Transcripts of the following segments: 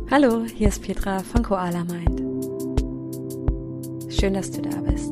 Hallo, hier ist Petra von Koala Mind. Schön, dass du da bist.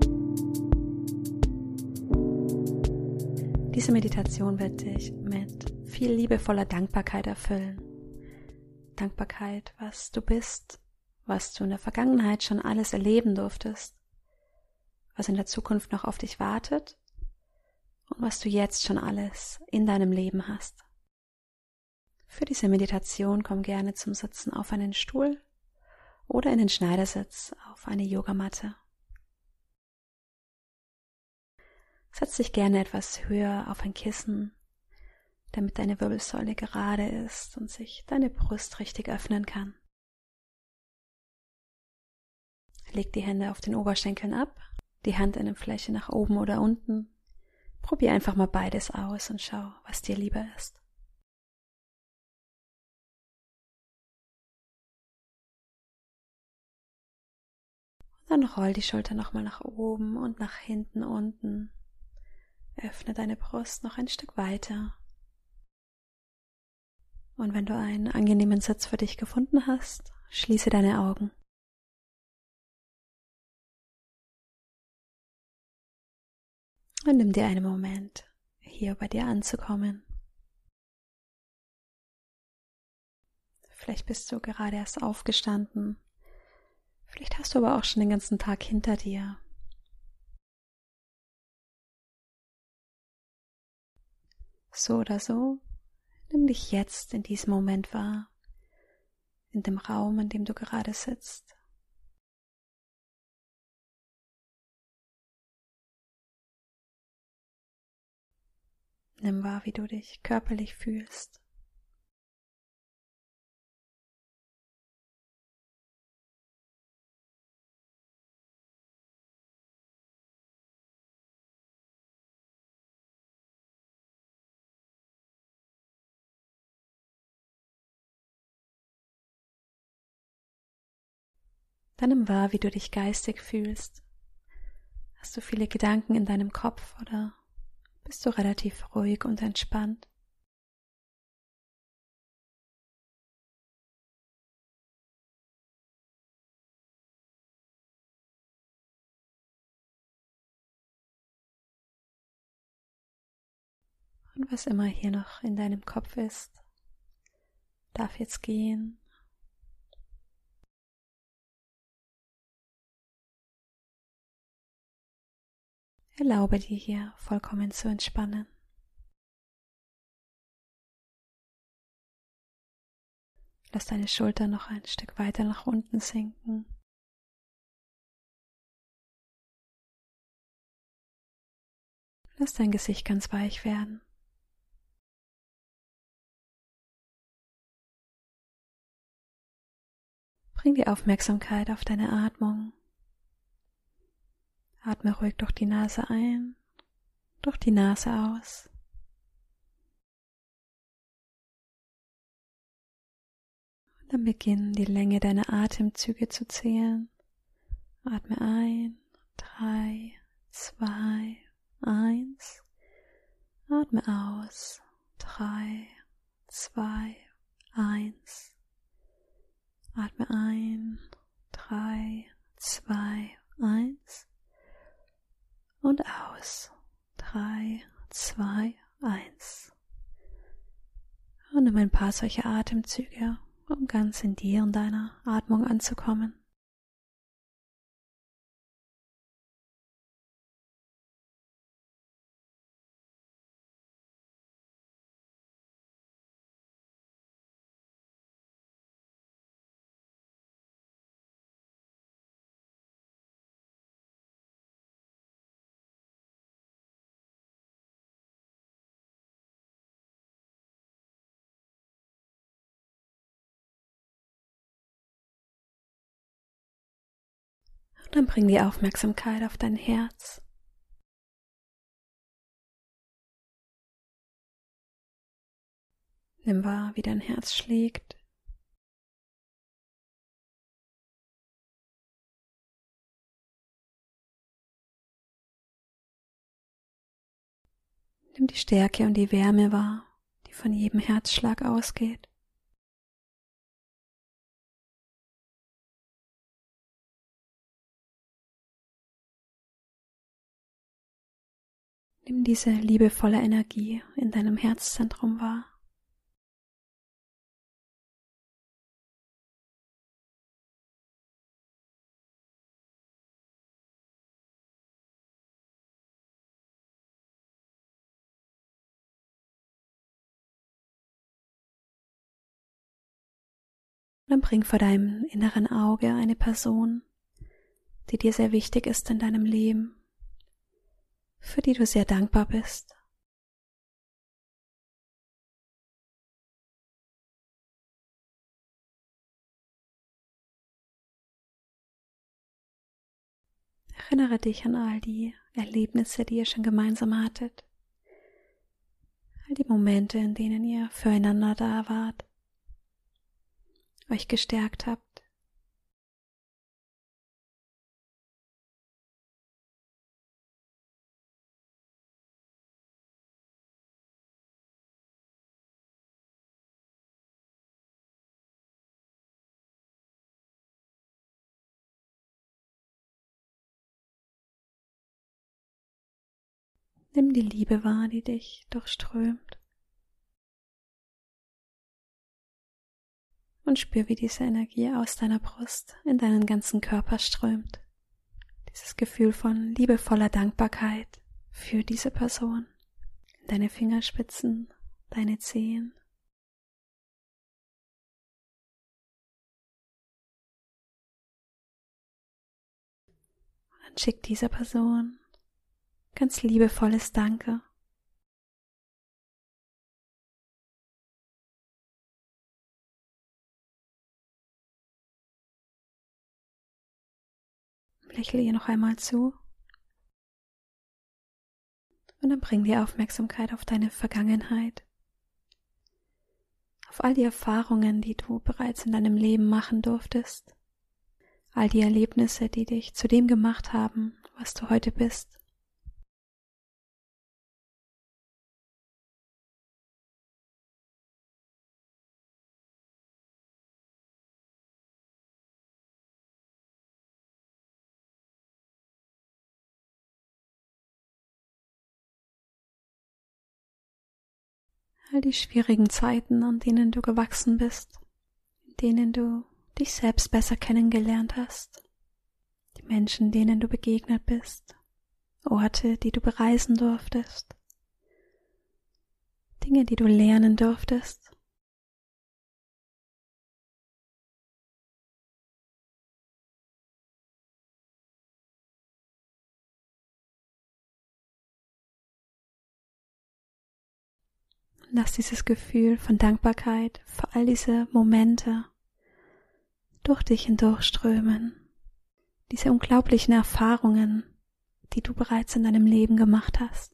Diese Meditation wird dich mit viel liebevoller Dankbarkeit erfüllen. Dankbarkeit, was du bist, was du in der Vergangenheit schon alles erleben durftest, was in der Zukunft noch auf dich wartet und was du jetzt schon alles in deinem Leben hast. Für diese Meditation komm gerne zum Sitzen auf einen Stuhl oder in den Schneidersitz auf eine Yogamatte. Setz dich gerne etwas höher auf ein Kissen, damit deine Wirbelsäule gerade ist und sich deine Brust richtig öffnen kann. Leg die Hände auf den Oberschenkeln ab, die Handinnenfläche nach oben oder unten. Probier einfach mal beides aus und schau, was dir lieber ist. Dann roll die Schulter nochmal nach oben und nach hinten unten. Öffne deine Brust noch ein Stück weiter. Und wenn du einen angenehmen Sitz für dich gefunden hast, schließe deine Augen. Und nimm dir einen Moment, hier bei dir anzukommen. Vielleicht bist du gerade erst aufgestanden. Vielleicht hast du aber auch schon den ganzen Tag hinter dir. So oder so, nimm dich jetzt in diesem Moment wahr, in dem Raum, in dem du gerade sitzt. Nimm wahr, wie du dich körperlich fühlst. Dann nimm wahr, wie du dich geistig fühlst. Hast du viele Gedanken in deinem Kopf oder bist du relativ ruhig und entspannt? Und was immer hier noch in deinem Kopf ist, darf jetzt gehen. Erlaube dir hier vollkommen zu entspannen. Lass deine Schultern noch ein Stück weiter nach unten sinken. Lass dein Gesicht ganz weich werden. Bring die Aufmerksamkeit auf deine Atmung. Atme ruhig durch die Nase ein, durch die Nase aus. Und dann beginn die Länge deiner Atemzüge zu zählen. Atme ein, 3, 2, 1. Atme aus, 3, 2, 1. Atme ein, 3, 2, 1. Und aus, 3, 2, 1. Und nimm ein paar solche Atemzüge, um ganz in dir und deiner Atmung anzukommen. Und dann bring die Aufmerksamkeit auf dein Herz. Nimm wahr, wie dein Herz schlägt. Nimm die Stärke und die Wärme wahr, die von jedem Herzschlag ausgeht. Nimm diese liebevolle Energie in deinem Herzzentrum wahr. Dann bring vor deinem inneren Auge eine Person, die dir sehr wichtig ist in deinem Leben, für die du sehr dankbar bist. Erinnere dich an all die Erlebnisse, die ihr schon gemeinsam hattet, all die Momente, in denen ihr füreinander da wart, euch gestärkt habt. Nimm die Liebe wahr, die dich durchströmt. Und spür, wie diese Energie aus deiner Brust in deinen ganzen Körper strömt. Dieses Gefühl von liebevoller Dankbarkeit für diese Person. Deine Fingerspitzen, deine Zehen. Und dann schick dieser Person ganz liebevolles Danke. Lächle ihr noch einmal zu. Und dann bring die Aufmerksamkeit auf deine Vergangenheit. Auf all die Erfahrungen, die du bereits in deinem Leben machen durftest. All die Erlebnisse, die dich zu dem gemacht haben, was du heute bist. All die schwierigen Zeiten, an denen du gewachsen bist, in denen du dich selbst besser kennengelernt hast, die Menschen, denen du begegnet bist, Orte, die du bereisen durftest, Dinge, die du lernen durftest. Lass dieses Gefühl von Dankbarkeit für all diese Momente durch dich hindurchströmen, diese unglaublichen Erfahrungen, die du bereits in deinem Leben gemacht hast.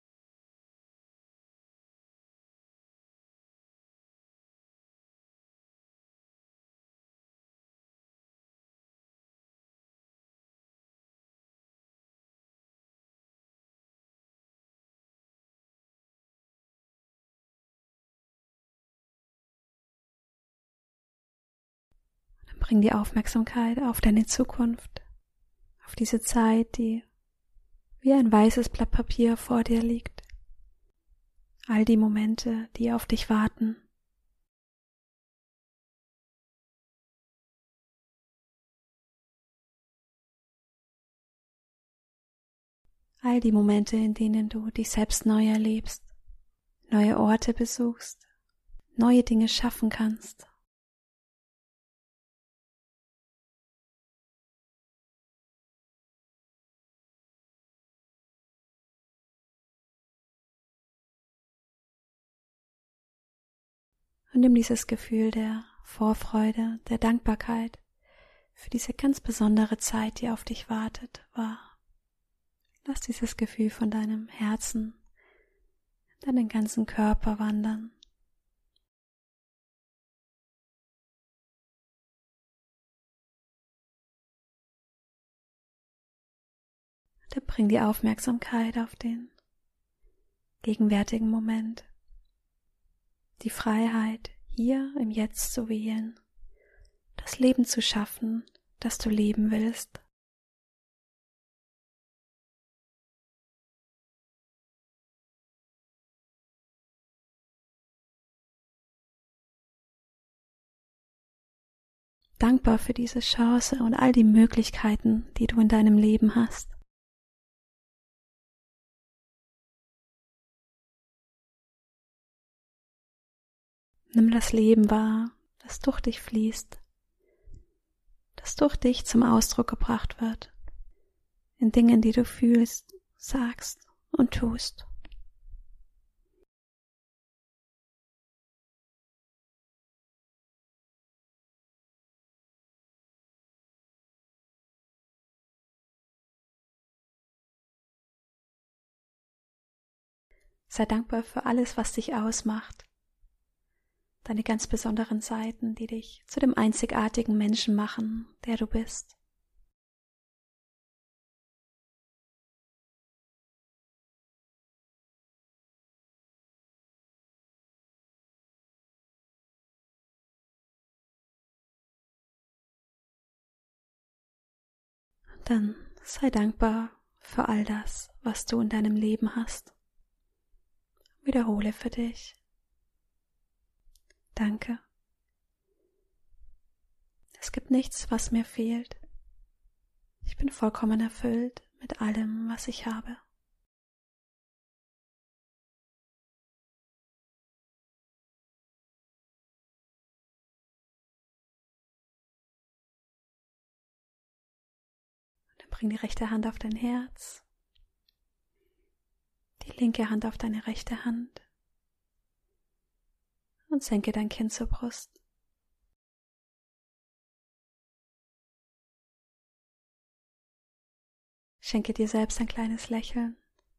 Dann bring die Aufmerksamkeit auf deine Zukunft, auf diese Zeit, die wie ein weißes Blatt Papier vor dir liegt. All die Momente, die auf dich warten. All die Momente, in denen du dich selbst neu erlebst, neue Orte besuchst, neue Dinge schaffen kannst. Und nimm dieses Gefühl der Vorfreude, der Dankbarkeit für diese ganz besondere Zeit, die auf dich wartet, wahr. Lass dieses Gefühl von deinem Herzen in deinen ganzen Körper wandern. Dann bring die Aufmerksamkeit auf den gegenwärtigen Moment. Die Freiheit, hier im Jetzt zu wählen, das Leben zu schaffen, das du leben willst. dankbar für diese Chance und all die Möglichkeiten, die du in deinem Leben hast. Nimm das Leben wahr, das durch dich fließt, das durch dich zum Ausdruck gebracht wird, in Dingen, die du fühlst, sagst und tust. Sei dankbar für alles, was dich ausmacht. Deine ganz besonderen Seiten, die dich zu dem einzigartigen Menschen machen, der du bist. Und dann sei dankbar für all das, was du in deinem Leben hast. Wiederhole für dich. Danke. Es gibt nichts, was mir fehlt. Ich bin vollkommen erfüllt mit allem, was ich habe. Und dann bring die rechte Hand auf dein Herz, die linke Hand auf deine rechte Hand und senke dein Kinn zur Brust. Schenke dir selbst ein kleines Lächeln.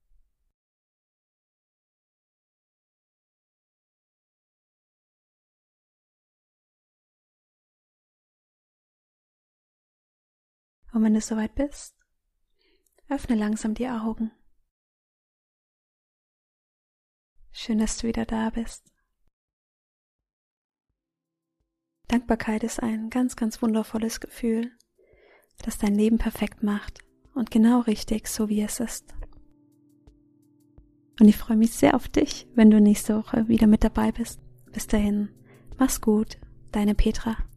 Und wenn du soweit bist, öffne langsam die Augen. Schön, dass du wieder da bist. Dankbarkeit ist ein ganz, ganz wundervolles Gefühl, das dein Leben perfekt macht und genau richtig, so wie es ist. Und ich freue mich sehr auf dich, wenn du nächste Woche wieder mit dabei bist. Bis dahin, mach's gut, deine Petra.